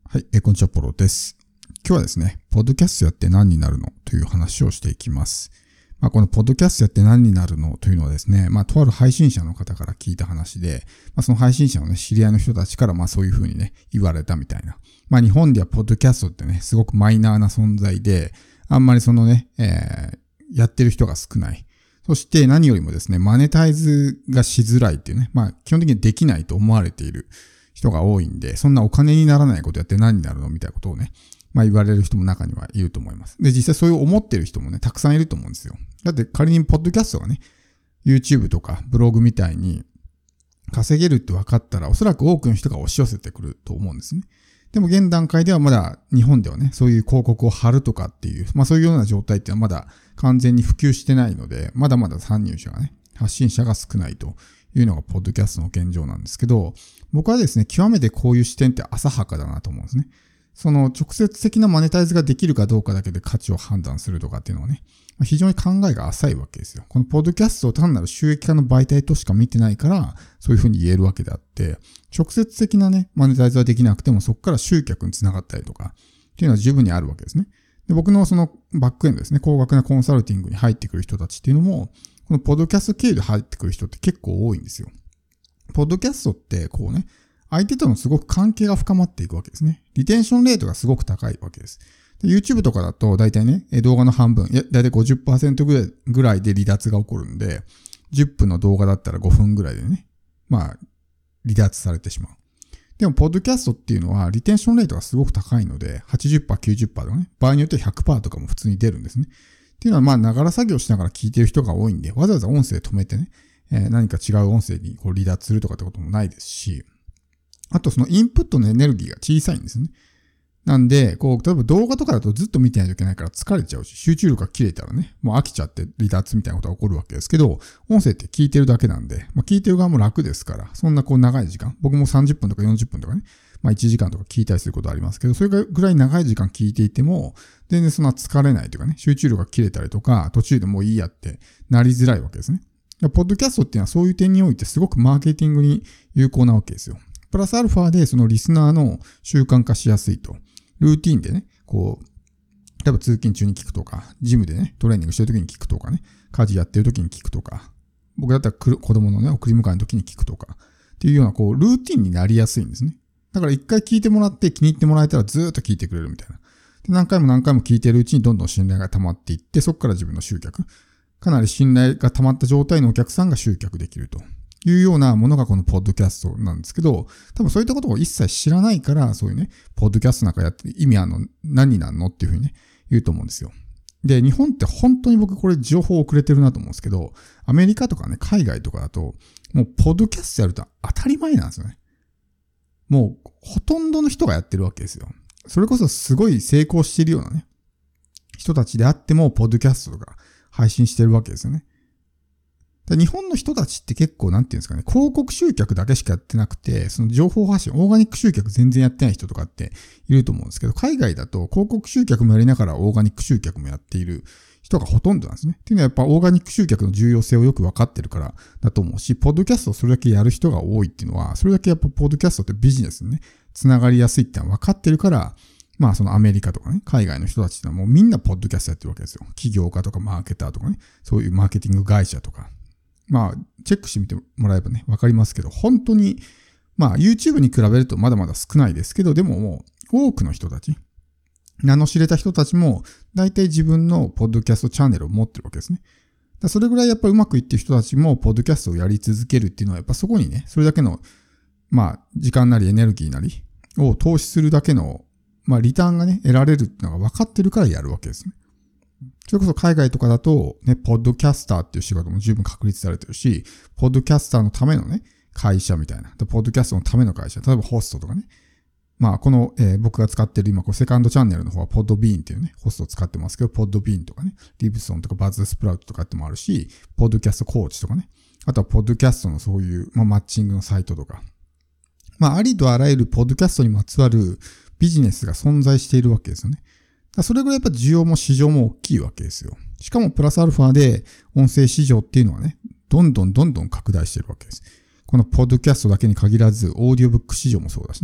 はい、こんにちは、ポロです。今日はですね、ポッドキャストやって何になるのという話をしていきます。このポッドキャストやって何になるのというのはですね、とある配信者の方から聞いた話で、その配信者のね、知り合いの人たちからそういう風にね、言われたみたいな。日本ではポッドキャストってね、すごくマイナーな存在で、あんまりそのね、やってる人が少ない。そして何よりもですね、マネタイズがしづらいっていうね、基本的にできないと思われている人が多いんで、そんなお金にならないことやって何になるのみたいなことをね、言われる人も中にはいると思います。で、実際そういう思ってる人もね、たくさんいると思うんですよ。だって仮にポッドキャストがね、YouTube とかブログみたいに稼げるって分かったら、おそらく多くの人が押し寄せてくると思うんですね。でも現段階ではまだ日本ではね、そういう広告を貼るとかっていう、そういうような状態っていうのはまだ完全に普及してないので、まだまだ参入者がね、発信者が少ないというのがポッドキャストの現状なんですけど、僕はですね、極めてこういう視点って浅はかだなと思うんですね。その直接的なマネタイズができるかどうかだけで価値を判断するとかっていうのはね、非常に考えが浅いわけですよ。このポッドキャストを単なる収益化の媒体としか見てないから、そういうふうに言えるわけであって、直接的なね、マネタイズはできなくてもそこから集客につながったりとか、っていうのは十分にあるわけですね。で、僕のそのバックエンドですね、高額なコンサルティングに入ってくる人たちっていうのも、このポッドキャスト経由で入ってくる人って結構多いんですよ。ポッドキャストってこうね、相手とのすごく関係が深まっていくわけですね。リテンションレートがすごく高いわけです。で YouTube とかだと大体ね、動画の半分、大体 50% ぐらいで離脱が起こるんで、10分の動画だったら5分ぐらいでね、離脱されてしまう。でも、ポッドキャストっていうのは、リテンションレートがすごく高いので、80%、90% とかね、場合によっては 100% とかも普通に出るんですね。っていうのは、ながら作業しながら聞いてる人が多いんで、わざわざ音声止めてね、何か違う音声に離脱するとかってこともないですし、あとそのインプットのエネルギーが小さいんですね。なんで、例えば動画とかだとずっと見てないといけないから疲れちゃうし、集中力が切れたらね、もう飽きちゃって離脱みたいなことが起こるわけですけど、音声って聞いてるだけなんで、聞いてる側も楽ですから、そんな長い時間、僕も30分とか40分とかね、1時間とか聞いたりすることありますけど、それぐらい長い時間聞いていても、全然そんな疲れないというかね、集中力が切れたりとか、途中でもういいやってなりづらいわけですね。ポッドキャストっていうのはそういう点においてすごくマーケティングに有効なわけですよ。プラスアルファでそのリスナーの習慣化しやすいと。ルーティンでね、例えば通勤中に聞くとか、ジムでね、トレーニングしてる時に聞くとかね、家事やってる時に聞くとか、僕だったら子供のね、送り迎えの時に聞くとか、っていうようなルーティンになりやすいんですね。だから一回聞いてもらって気に入ってもらえたらずーっと聞いてくれるみたいな。で、何回も何回も聞いてるうちにどんどん信頼が溜まっていって、そこから自分の集客。かなり信頼が溜まった状態のお客さんが集客できるというようなものがこのポッドキャストなんですけど、多分そういったことを一切知らないから、そういうね、ポッドキャストなんかやって意味何になるのっていうふうにね、言うと思うんですよ。で、日本って本当に僕これ情報遅れてるなと思うんですけど、アメリカとかね、海外とかだと、もうポッドキャストやると当たり前なんですよね。もうほとんどの人がやってるわけですよ。それこそすごい成功しているようなね、人たちであっても、ポッドキャストとか配信してるわけですよね。日本の人たちって結構なんていうんですかね、広告集客だけしかやってなくて、その情報発信、オーガニック集客全然やってない人とかっていると思うんですけど、海外だと広告集客もやりながらオーガニック集客もやっている人がほとんどなんですね。っていうのはやっぱオーガニック集客の重要性をよく分かってるからだと思うし、ポッドキャストをそれだけやる人が多いっていうのは、それだけやっぱポッドキャストってビジネスにね、つながりやすいってのは分かってるから、そのアメリカとかね、海外の人たちってのはもうみんなポッドキャストやってるわけですよ。企業家とかマーケターとかね、そういうマーケティング会社とか。チェックしてみてもらえばね、わかりますけど、本当に、YouTube に比べるとまだまだ少ないですけど、でももう、多くの人たち、名の知れた人たちも、大体自分のポッドキャストチャンネルを持ってるわけですね。それぐらいやっぱうまくいってる人たちも、ポッドキャストをやり続けるっていうのは、やっぱそこにね、それだけの、時間なりエネルギーなりを投資するだけの、リターンがね、得られるっていうのが分かってるからやるわけですね。それこそ海外とかだとね、ポッドキャスターっていう仕事も十分確立されてるし、ポッドキャスターのためのね、会社みたいな。ポッドキャストのための会社。例えばホストとかね。この、僕が使ってる今、セカンドチャンネルの方はポッドビーンっていうね、ホストを使ってますけど、ポッドビーンとかね、リブソンとかバズスプラウトとかってもあるし、ポッドキャストコーチとかね。あとはポッドキャストのそういう、マッチングのサイトとか。ありとあらゆるポッドキャストにまつわるビジネスが存在しているわけですよね。それぐらいやっぱ需要も市場も大きいわけですよ。しかもプラスアルファで音声市場っていうのはね、どんどん拡大しているわけです。このポッドキャストだけに限らず、オーディオブック市場もそうだしね。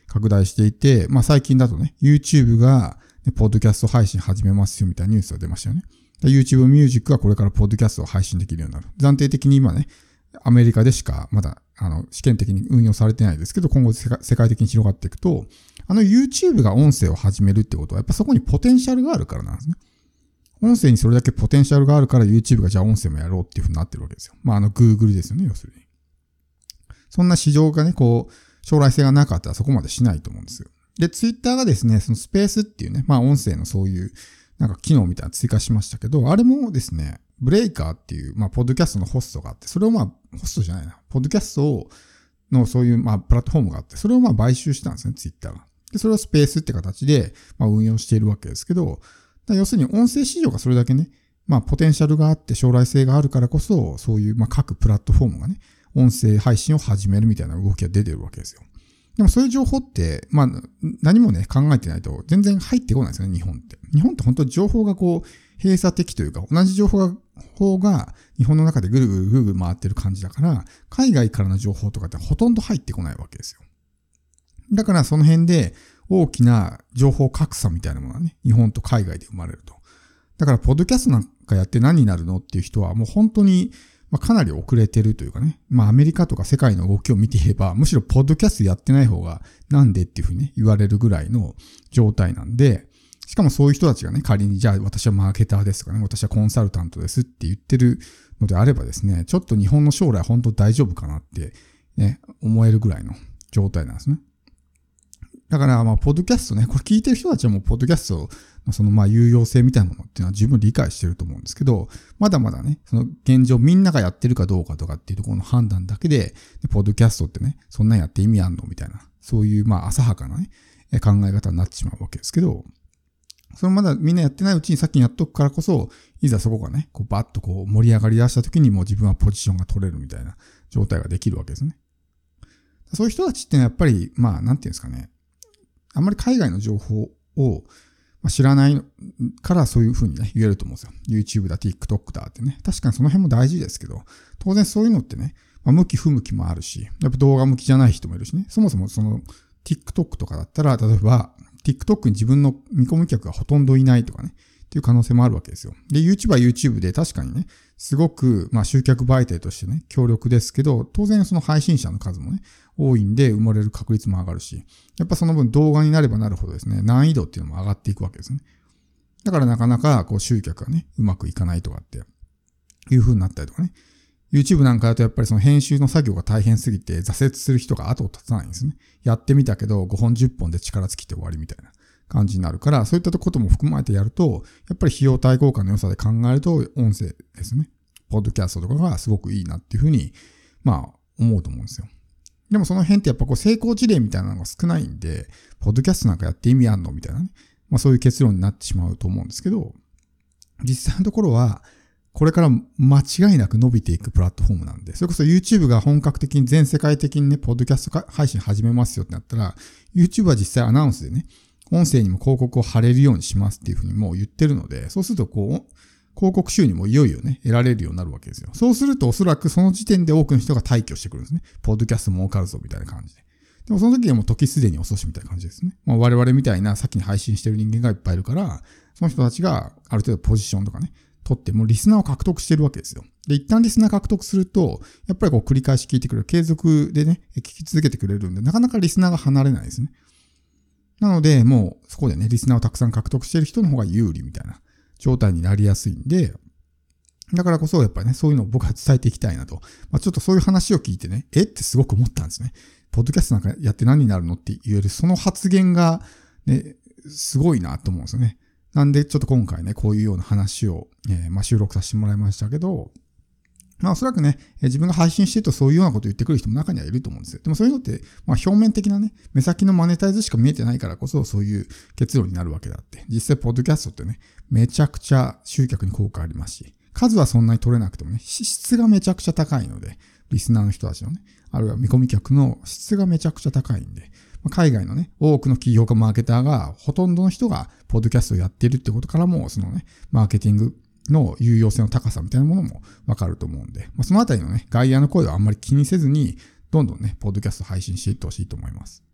拡大していて、まあ最近だとね、YouTube が、ね、ポッドキャスト配信始めますよみたいなニュースが出ましたよね。YouTube Music はこれからポッドキャストを配信できるようになる。暫定的に今ね、アメリカでしかまだ、試験的に運用されてないですけど、今後世界的に広がっていくと、YouTube が音声を始めるってことは、やっぱそこにポテンシャルがあるからなんですね。音声にそれだけポテンシャルがあるから YouTube がじゃあ音声もやろうっていう風になってるわけですよ。まあGoogle ですよね、要するに。そんな市場がね、将来性がなかったらそこまでしないと思うんですよ。で、Twitter がですね、そのスペースっていうね、まあ音声のそういう、機能みたいなの追加しましたけど、あれもですね、ブレイカーっていう、まあ、ポッドキャストのホストがあって、それをホストじゃないな、ポッドキャストのそういう、まあ、プラットフォームがあって、それを買収したんですね、ツイッターが。で、それをスペースって形で、運用しているわけですけど、要するに音声市場がそれだけね、まあ、ポテンシャルがあって将来性があるからこそ、そういう、まあ、各プラットフォームがね、音声配信を始めるみたいな動きが出てるわけですよ。でもそういう情報って、まあ、何もね、考えてないと全然入ってこないですよね、日本って。日本って本当情報が閉鎖的というか、同じ情報が日本の中でぐるぐる回ってる感じだから、海外からの情報とかってほとんど入ってこないわけですよ。だからその辺で大きな情報格差みたいなものがね、日本と海外で生まれると。だから、ポッドキャストなんかやって何になるのっていう人はもう本当に、かなり遅れてるというかね。アメリカとか世界の動きを見ていれば、むしろポッドキャストやってない方がなんでっていうふうにね、言われるぐらいの状態なんで、しかもそういう人たちがね、仮にじゃあ私はマーケターですとかね、私はコンサルタントですって言ってるのであればですね、ちょっと日本の将来本当大丈夫かなってね、思えるぐらいの状態なんですね。だから、ポッドキャストね、これ聞いてる人たちはもう、ポッドキャストのその、有用性みたいなものっていうのは十分理解してると思うんですけど、まだまだね、その現状みんながやってるかどうかとかっていうところの判断だけで、ポッドキャストってね、そんなんやって意味あんのみたいな、そういう、浅はかなね、考え方になってしまうわけですけど、それまだみんなやってないうちに先にやっとくからこそ、いざそこがね、バッと盛り上がり出した時にもう自分はポジションが取れるみたいな状態ができるわけですね。そういう人たちってのはやっぱり、なんていうんですかね、あんまり海外の情報を知らないからそういうふうにね、言えると思うんですよ。YouTube だ、TikTok だってね。確かにその辺も大事ですけど、当然そういうのってね、向き不向きもあるし、やっぱ動画向きじゃない人もいるしね。そもそもその TikTok とかだったら、例えば TikTok に自分の見込み客がほとんどいないとかね、っていう可能性もあるわけですよ。で、YouTube は YouTube で確かにね、すごく、集客媒体としてね、強力ですけど、当然その配信者の数もね、多いんで生まれる確率も上がるし、やっぱその分動画になればなるほどですね、難易度っていうのも上がっていくわけですね。だからなかなか集客がね、うまくいかないとかっていう風になったりとかね。YouTube なんかだとやっぱりその編集の作業が大変すぎて挫折する人が後を絶たないんですね。やってみたけど5本10本で力尽きて終わりみたいな感じになるから、そういったことも含まれてやると、やっぱり費用対効果の良さで考えると音声ですね。ポッドキャストとかがすごくいいなっていう風に、思うと思うんですよ。でもその辺ってやっぱ成功事例みたいなのが少ないんで、ポッドキャストなんかやって意味あんのみたいなね。そういう結論になってしまうと思うんですけど、実際のところは、これから間違いなく伸びていくプラットフォームなんで、それこそ YouTube が本格的に全世界的にね、ポッドキャスト配信始めますよってなったら、YouTube は実際アナウンスでね、音声にも広告を貼れるようにしますっていうふうにもう言ってるので、そうすると広告収入もいよいよね、得られるようになるわけですよ。そうするとおそらくその時点で多くの人が退去してくるんですね。ポッドキャスト儲かるぞみたいな感じで。でもその時にはもう時すでに遅しみたいな感じですね。我々みたいな先に配信してる人間がいっぱいいるから、その人たちがある程度ポジションとかね、取ってもうリスナーを獲得してるわけですよ。で、一旦リスナー獲得すると、やっぱり繰り返し聞いてくれる、継続でね、聞き続けてくれるんで、なかなかリスナーが離れないですね。なので、もうそこでね、リスナーをたくさん獲得している人の方が有利みたいな状態になりやすいんで、だからこそやっぱりね、そういうのを僕は伝えていきたいなと。ちょっとそういう話を聞いてね、ってすごく思ったんですね。ポッドキャストなんかやって何になるのって言える、その発言がね、すごいなと思うんですよね。なんでちょっと今回ね、こういうような話を、収録させてもらいましたけど、おそらくね、自分が配信してるとそういうようなことを言ってくる人も中にはいると思うんですよ。でもそういうのって、表面的なね、目先のマネタイズしか見えてないからこそそういう結論になるわけだって。実際、ポッドキャストってね、めちゃくちゃ集客に効果ありますし、数はそんなに取れなくてもね、質がめちゃくちゃ高いので、リスナーの人たちのね、あるいは見込み客の質がめちゃくちゃ高いんで、海外のね、多くの企業家マーケターが、ほとんどの人がポッドキャストをやっているってことからも、そのね、マーケティングの有用性の高さみたいなものもわかると思うんで、そのあたりのね、外野の声をあんまり気にせずに、どんどんね、ポッドキャスト配信していってほしいと思います。